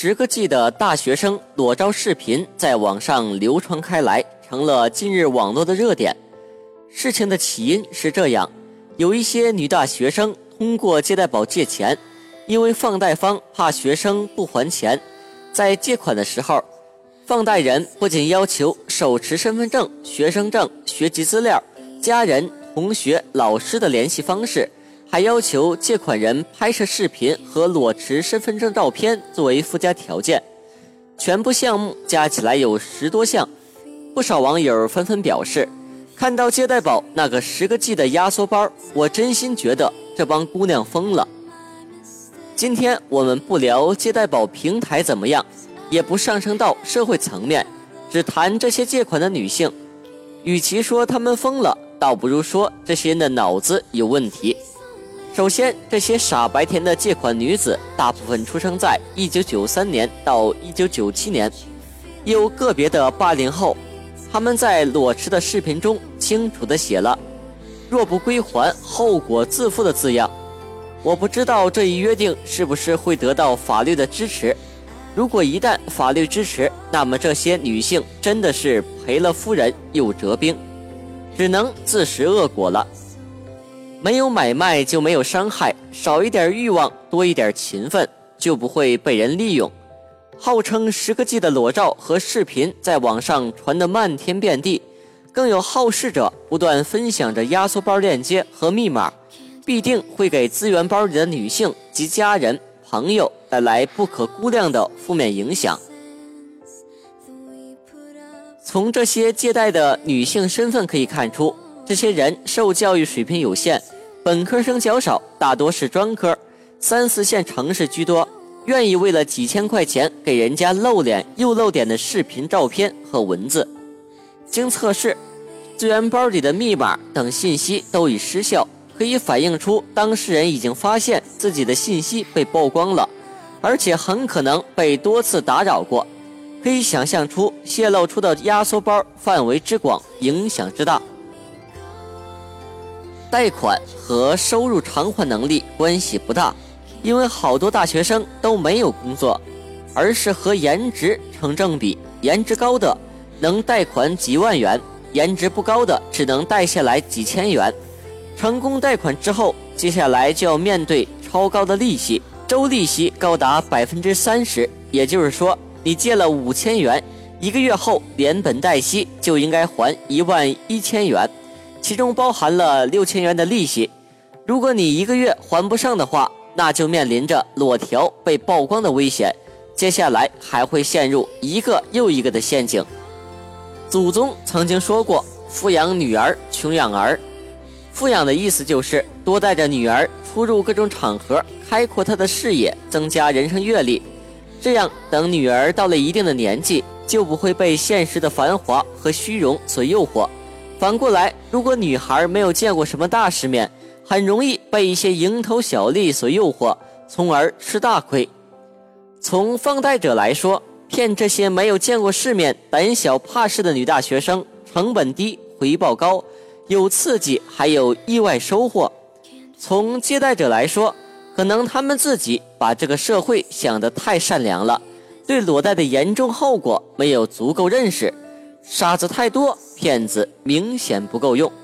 10个 G 的大学生裸照视频在网上流传开来，成了近日网络的热点。事情的起因是这样，有一些女大学生通过借贷宝借钱，因为放贷方怕学生不还钱，在借款的时候，放贷人不仅要求手持身份证、学生证、学籍资料、家人、同学、老师的联系方式，还要求借款人拍摄视频和裸持身份证照片作为附加条件。全部项目加起来有10多项。不少网友纷纷表示，看到借贷宝那个10个 G 的压缩包，我真心觉得这帮姑娘疯了。今天我们不聊借贷宝平台怎么样，也不上升到社会层面，只谈这些借款的女性。与其说她们疯了，倒不如说这些人的脑子有问题。首先，这些傻白甜的借款女子大部分出生在1993年到1997年，有个别的80后，他们在裸持的视频中清楚地写了若不归还后果自负的字样。我不知道这一约定是不是会得到法律的支持，如果一旦法律支持，那么这些女性真的是赔了夫人又折兵，只能自食恶果了。没有买卖就没有伤害，少一点欲望，多一点勤奋，就不会被人利用。号称10个 G 的裸照和视频在网上传得漫天遍地，更有好事者不断分享着压缩包链接和密码，必定会给资源包里的女性及家人、朋友带来不可估量的负面影响。从这些借贷的女性身份可以看出，这些人受教育水平有限，本科生较少，大多是专科，3、4线城市居多，愿意为了几千块钱给人家露脸又露点的视频、照片和文字。经测试，资源包里的密码等信息都已失效，可以反映出当事人已经发现自己的信息被曝光了，而且很可能被多次打扰过。可以想象出泄露出的压缩包范围之广，影响之大。贷款和收入偿还能力关系不大，因为好多大学生都没有工作，而是和颜值成正比，颜值高的能贷款几万元，颜值不高的只能贷下来几千元。成功贷款之后，接下来就要面对超高的利息，周利息高达30%，也就是说你借了5000元，1个月后连本带息就应该还11000元，其中包含了6000元的利息。如果你1个月还不上的话，那就面临着裸条被曝光的危险，接下来还会陷入一个又一个的陷阱。祖宗曾经说过，富养女儿，穷养儿。富养的意思就是多带着女儿出入各种场合，开阔她的视野，增加人生阅历，这样等女儿到了一定的年纪，就不会被现实的繁华和虚荣所诱惑。反过来，如果女孩没有见过什么大世面，很容易被一些蝇头小利所诱惑，从而吃大亏。从放贷者来说，骗这些没有见过世面、胆小怕事的女大学生，成本低，回报高，有刺激，还有意外收获。从借贷者来说，可能他们自己把这个社会想得太善良了，对裸贷的严重后果没有足够认识，傻子太多，骗子明显不够用。